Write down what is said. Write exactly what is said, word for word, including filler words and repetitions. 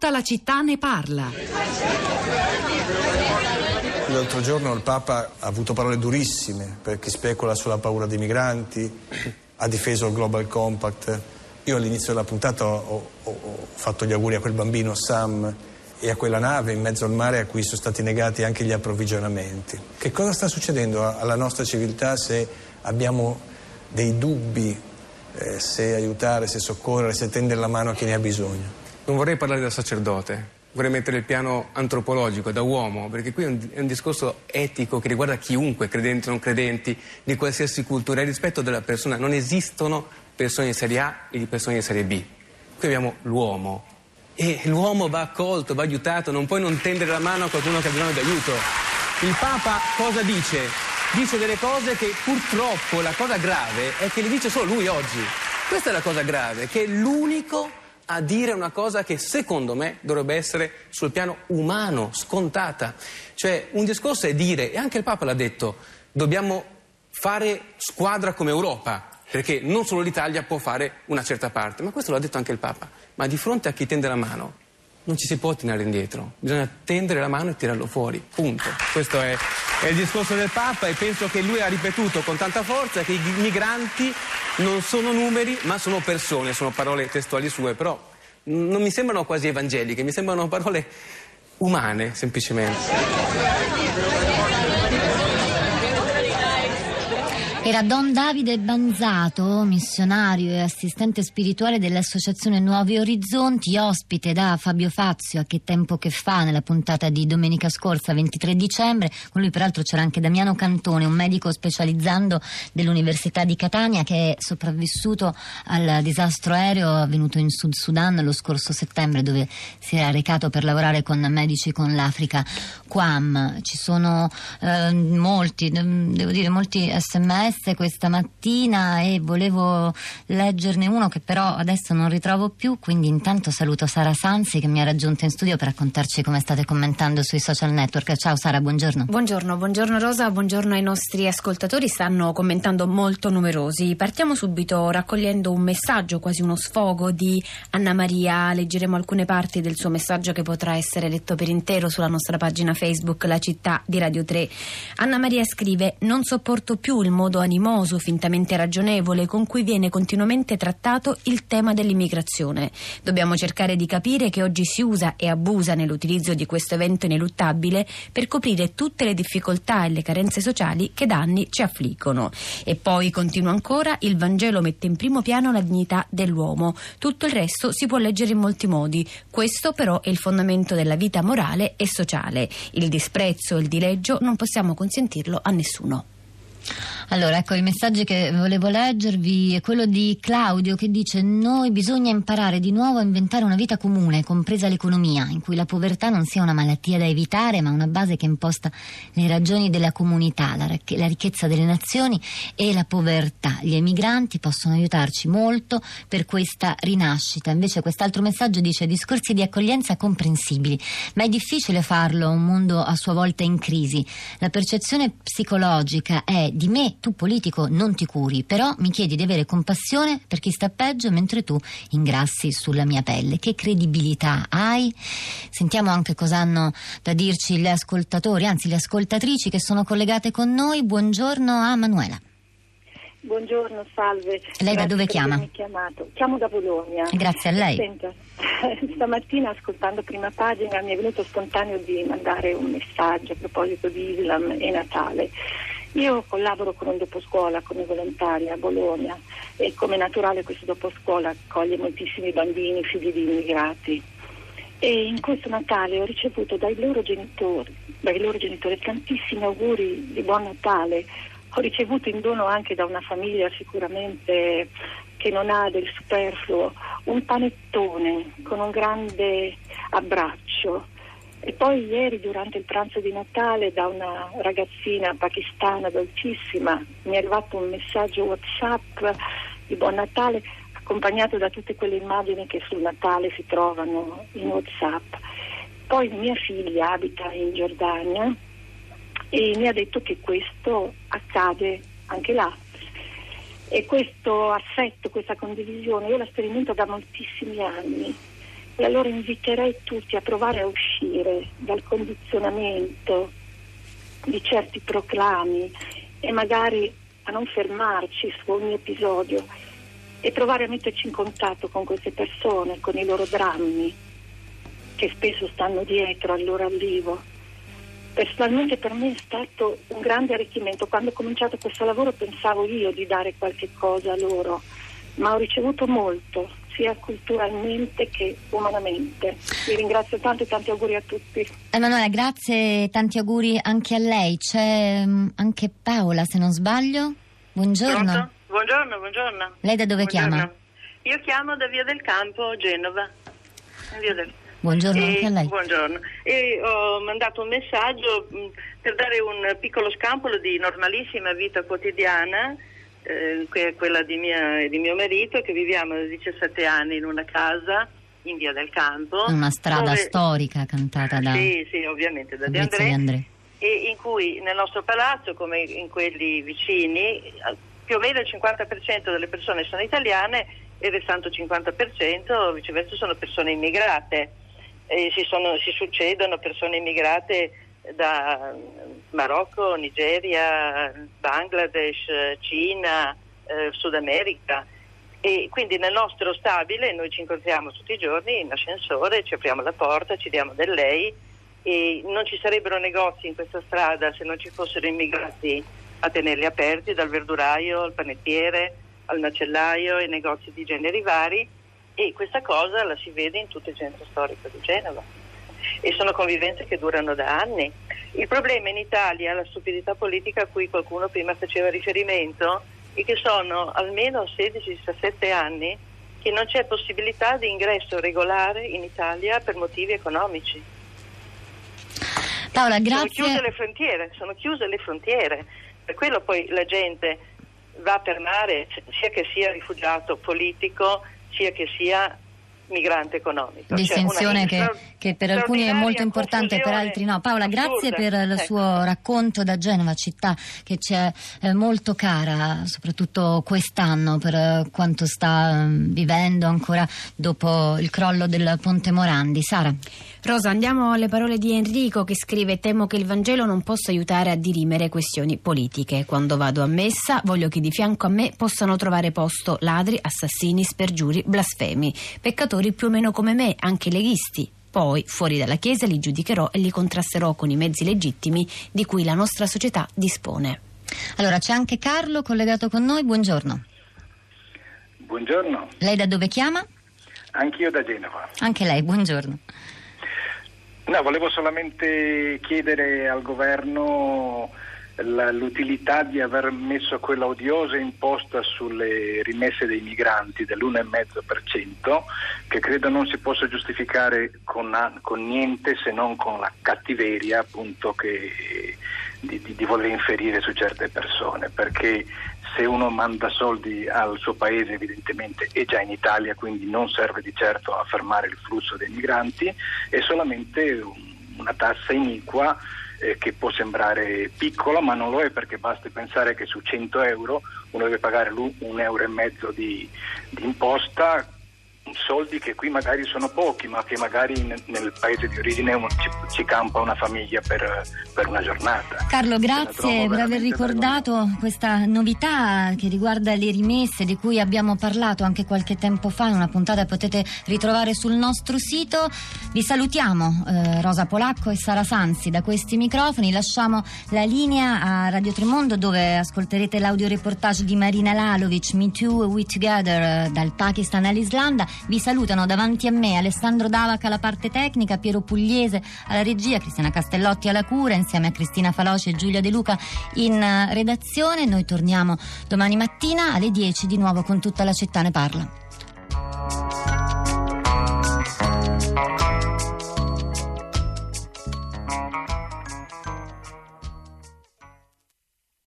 Tutta la città ne parla. L'altro giorno il Papa ha avuto parole durissime per chi specula sulla paura dei migranti, ha difeso il Global Compact. Io all'inizio della puntata ho, ho, ho fatto gli auguri a quel bambino Sam e a quella nave in mezzo al mare a cui sono stati negati anche gli approvvigionamenti. Che cosa sta succedendo alla nostra civiltà se abbiamo dei dubbi, eh, se aiutare, se soccorrere, se tendere la mano a chi ne ha bisogno? Non vorrei parlare da sacerdote, vorrei mettere il piano antropologico, da uomo, perché qui è un, è un discorso etico che riguarda chiunque, credenti o non credenti, di qualsiasi cultura, il rispetto della persona. Non esistono persone di serie A e di persone di serie B. Qui abbiamo l'uomo e l'uomo va accolto, va aiutato, non puoi non tendere la mano a qualcuno che ha bisogno di aiuto. Il Papa cosa dice? Dice delle cose che purtroppo la cosa grave è che le dice solo lui oggi. Questa è la cosa grave, che è l'unico a dire una cosa che secondo me dovrebbe essere sul piano umano, scontata. Cioè un discorso è dire, e anche il Papa l'ha detto, dobbiamo fare squadra come Europa, perché non solo l'Italia può fare una certa parte, ma questo l'ha detto anche il Papa. Ma di fronte a chi tende la mano non ci si può tirare indietro, bisogna tendere la mano e tirarlo fuori, punto. Questo è, è il discorso del Papa e penso che lui ha ripetuto con tanta forza che i migranti non sono numeri ma sono persone, sono parole testuali sue, però non mi sembrano quasi evangeliche, mi sembrano parole umane semplicemente. Era Don Davide Banzato, missionario e assistente spirituale dell'Associazione Nuovi Orizzonti, ospite da Fabio Fazio a Che tempo che fa nella puntata di domenica scorsa, ventitré dicembre. Con lui peraltro c'era anche Damiano Cantone, un medico specializzando dell'Università di Catania che è sopravvissuto al disastro aereo avvenuto in Sud Sudan lo scorso settembre, dove si era recato per lavorare con medici con l'Africa Q A M. Ci sono eh, molti, devo dire, molti sms questa mattina e volevo leggerne uno che però adesso non ritrovo più, quindi intanto saluto Sara Sanzi che mi ha raggiunto in studio per raccontarci come state commentando sui social network. Ciao Sara, buongiorno. Buongiorno, buongiorno Rosa, buongiorno ai nostri ascoltatori, stanno commentando molto numerosi. Partiamo subito raccogliendo un messaggio, quasi uno sfogo di Anna Maria. Leggeremo alcune parti del suo messaggio che potrà essere letto per intero sulla nostra pagina Facebook La Città di Radio tre. Anna Maria scrive: non sopporto più il modo animoso, fintamente ragionevole con cui viene continuamente trattato il tema dell'immigrazione. Dobbiamo cercare di capire che oggi si usa e abusa nell'utilizzo di questo evento ineluttabile per coprire tutte le difficoltà e le carenze sociali che da anni ci affliggono. E poi, continua ancora, il Vangelo mette in primo piano la dignità dell'uomo. Tutto il resto si può leggere in molti modi. Questo però è il fondamento della vita morale e sociale. Il disprezzo e il dileggio non possiamo consentirlo a nessuno. Allora, ecco, i messaggi che volevo leggervi è quello di Claudio che dice: noi bisogna imparare di nuovo a inventare una vita comune, compresa l'economia, in cui la povertà non sia una malattia da evitare ma una base che imposta le ragioni della comunità, la, la ricchezza delle nazioni e la povertà. Gli emigranti possono aiutarci molto per questa rinascita. Invece quest'altro messaggio dice: discorsi di accoglienza comprensibili, ma è difficile farlo a un mondo a sua volta in crisi. La percezione psicologica è: di me tu politico non ti curi, però mi chiedi di avere compassione per chi sta peggio mentre tu ingrassi sulla mia pelle. Che credibilità hai? Sentiamo anche cosa hanno da dirci gli ascoltatori, anzi le ascoltatrici che sono collegate con noi. Buongiorno a Manuela. Buongiorno, salve. Lei da dove chiama? Chiamato. Chiamo da Bologna. Grazie a lei. Senta, stamattina ascoltando Prima Pagina mi è venuto spontaneo di mandare un messaggio a proposito di Islam e Natale. Io collaboro con un doposcuola come volontaria a Bologna e come naturale questo doposcuola accoglie moltissimi bambini figli di immigrati. E in questo Natale ho ricevuto dai loro genitori, dai loro genitori tantissimi auguri di buon Natale. Ho ricevuto in dono anche da una famiglia sicuramente che non ha del superfluo un panettone con un grande abbraccio. E poi ieri durante il pranzo di Natale da una ragazzina pakistana dolcissima mi è arrivato un messaggio WhatsApp di buon Natale accompagnato da tutte quelle immagini che sul Natale si trovano in WhatsApp. Poi mia figlia abita in Giordania e mi ha detto che questo accade anche là. E questo affetto, questa condivisione io la sperimento da moltissimi anni. E allora inviterei tutti a provare a uscire dal condizionamento di certi proclami e magari a non fermarci su ogni episodio e provare a metterci in contatto con queste persone, con i loro drammi che spesso stanno dietro al loro arrivo. Personalmente per me è stato un grande arricchimento. Quando ho cominciato questo lavoro pensavo io di dare qualche cosa a loro, ma ho ricevuto molto, sia culturalmente che umanamente. Vi ringrazio tanto e tanti auguri a tutti. Emanuela, grazie e tanti auguri anche a lei. C'è um, anche Paola, se non sbaglio. Buongiorno. Pronto? Buongiorno, buongiorno. Lei da dove buongiorno. chiama? Io chiamo da Via del Campo, Genova. Via del... Buongiorno e, anche a lei. Buongiorno. E ho mandato un messaggio mh, per dare un piccolo scampolo di normalissima vita quotidiana, eh, che è quella di, mia, di mio marito, che viviamo da diciassette anni in una casa in Via del Campo. Una strada dove... storica cantata da Sì, sì, ovviamente da De André. André. André. E in cui nel nostro palazzo, come in quelli vicini, più o meno il cinquanta per cento delle persone sono italiane e il restante cinquanta per cento viceversa sono persone immigrate. E si, sono, si succedono persone immigrate da Marocco, Nigeria, Bangladesh, Cina, eh, Sud America. E quindi nel nostro stabile noi ci incontriamo tutti i giorni in ascensore, ci apriamo la porta, ci diamo del lei, e non ci sarebbero negozi in questa strada se non ci fossero immigrati a tenerli aperti, dal verduraio al panettiere al macellaio e negozi di generi vari, e questa cosa la si vede in tutto il centro storico di Genova e sono convivenze che durano da anni. Il problema in Italia, la stupidità politica a cui qualcuno prima faceva riferimento, è che sono almeno sedici diciassette anni che non c'è possibilità di ingresso regolare in Italia per motivi economici. Paola, grazie. Sono chiuse le frontiere, sono chiuse le frontiere, per quello poi la gente va per mare, sia che sia rifugiato politico, sia che sia migrante economico. Distinzione cioè che, che per alcuni è molto importante, per altri no. Paola, assurda. Grazie per il ecco. suo racconto da Genova, città che ci è eh, molto cara, soprattutto quest'anno, per eh, quanto sta eh, vivendo ancora dopo il crollo del Ponte Morandi. Sara. Rosa, andiamo alle parole di Enrico, che scrive: temo che il Vangelo non possa aiutare a dirimere questioni politiche. Quando vado a messa voglio che di fianco a me possano trovare posto ladri, assassini, spergiuri, blasfemi, peccatori più o meno come me, anche leghisti. Poi, fuori dalla Chiesa, li giudicherò e li contrasterò con i mezzi legittimi di cui la nostra società dispone. Allora, c'è anche Carlo collegato con noi. Buongiorno. Buongiorno. Lei da dove chiama? Anch'io da Genova. Anche lei, buongiorno. No, volevo solamente chiedere al governo la, l'utilità di aver messo quella odiosa imposta sulle rimesse dei migranti dell'uno virgola cinque per cento, che credo non si possa giustificare con, con niente se non con la cattiveria, appunto, che di, di, di voler inferire su certe persone, perché se uno manda soldi al suo paese evidentemente è già in Italia, quindi non serve di certo a fermare il flusso dei migranti, è solamente un, una tassa iniqua eh, che può sembrare piccola, ma non lo è, perché basti pensare che su cento euro uno deve pagare un euro e mezzo di, di imposta, soldi che qui magari sono pochi, ma che magari nel, nel paese di origine uno ci, ci campa una famiglia per, per una giornata. Carlo, grazie per aver ricordato questa novità che riguarda le rimesse, di cui abbiamo parlato anche qualche tempo fa in una puntata che potete ritrovare sul nostro sito. Vi salutiamo, eh, Rosa Polacco e Sara Sanzi, da questi microfoni. Lasciamo la linea a Radio Tremondo, dove ascolterete l'audioreportage di Marina Lalovic, Me Too, We Together, dal Pakistan all'Islanda. Vi salutano davanti a me Alessandro Davaca alla parte tecnica, Piero Pugliese alla regia, Cristiana Castellotti alla cura, insieme a Cristina Faloci e Giulia De Luca in redazione. Noi torniamo domani mattina alle dieci di nuovo con Tutta la città ne parla.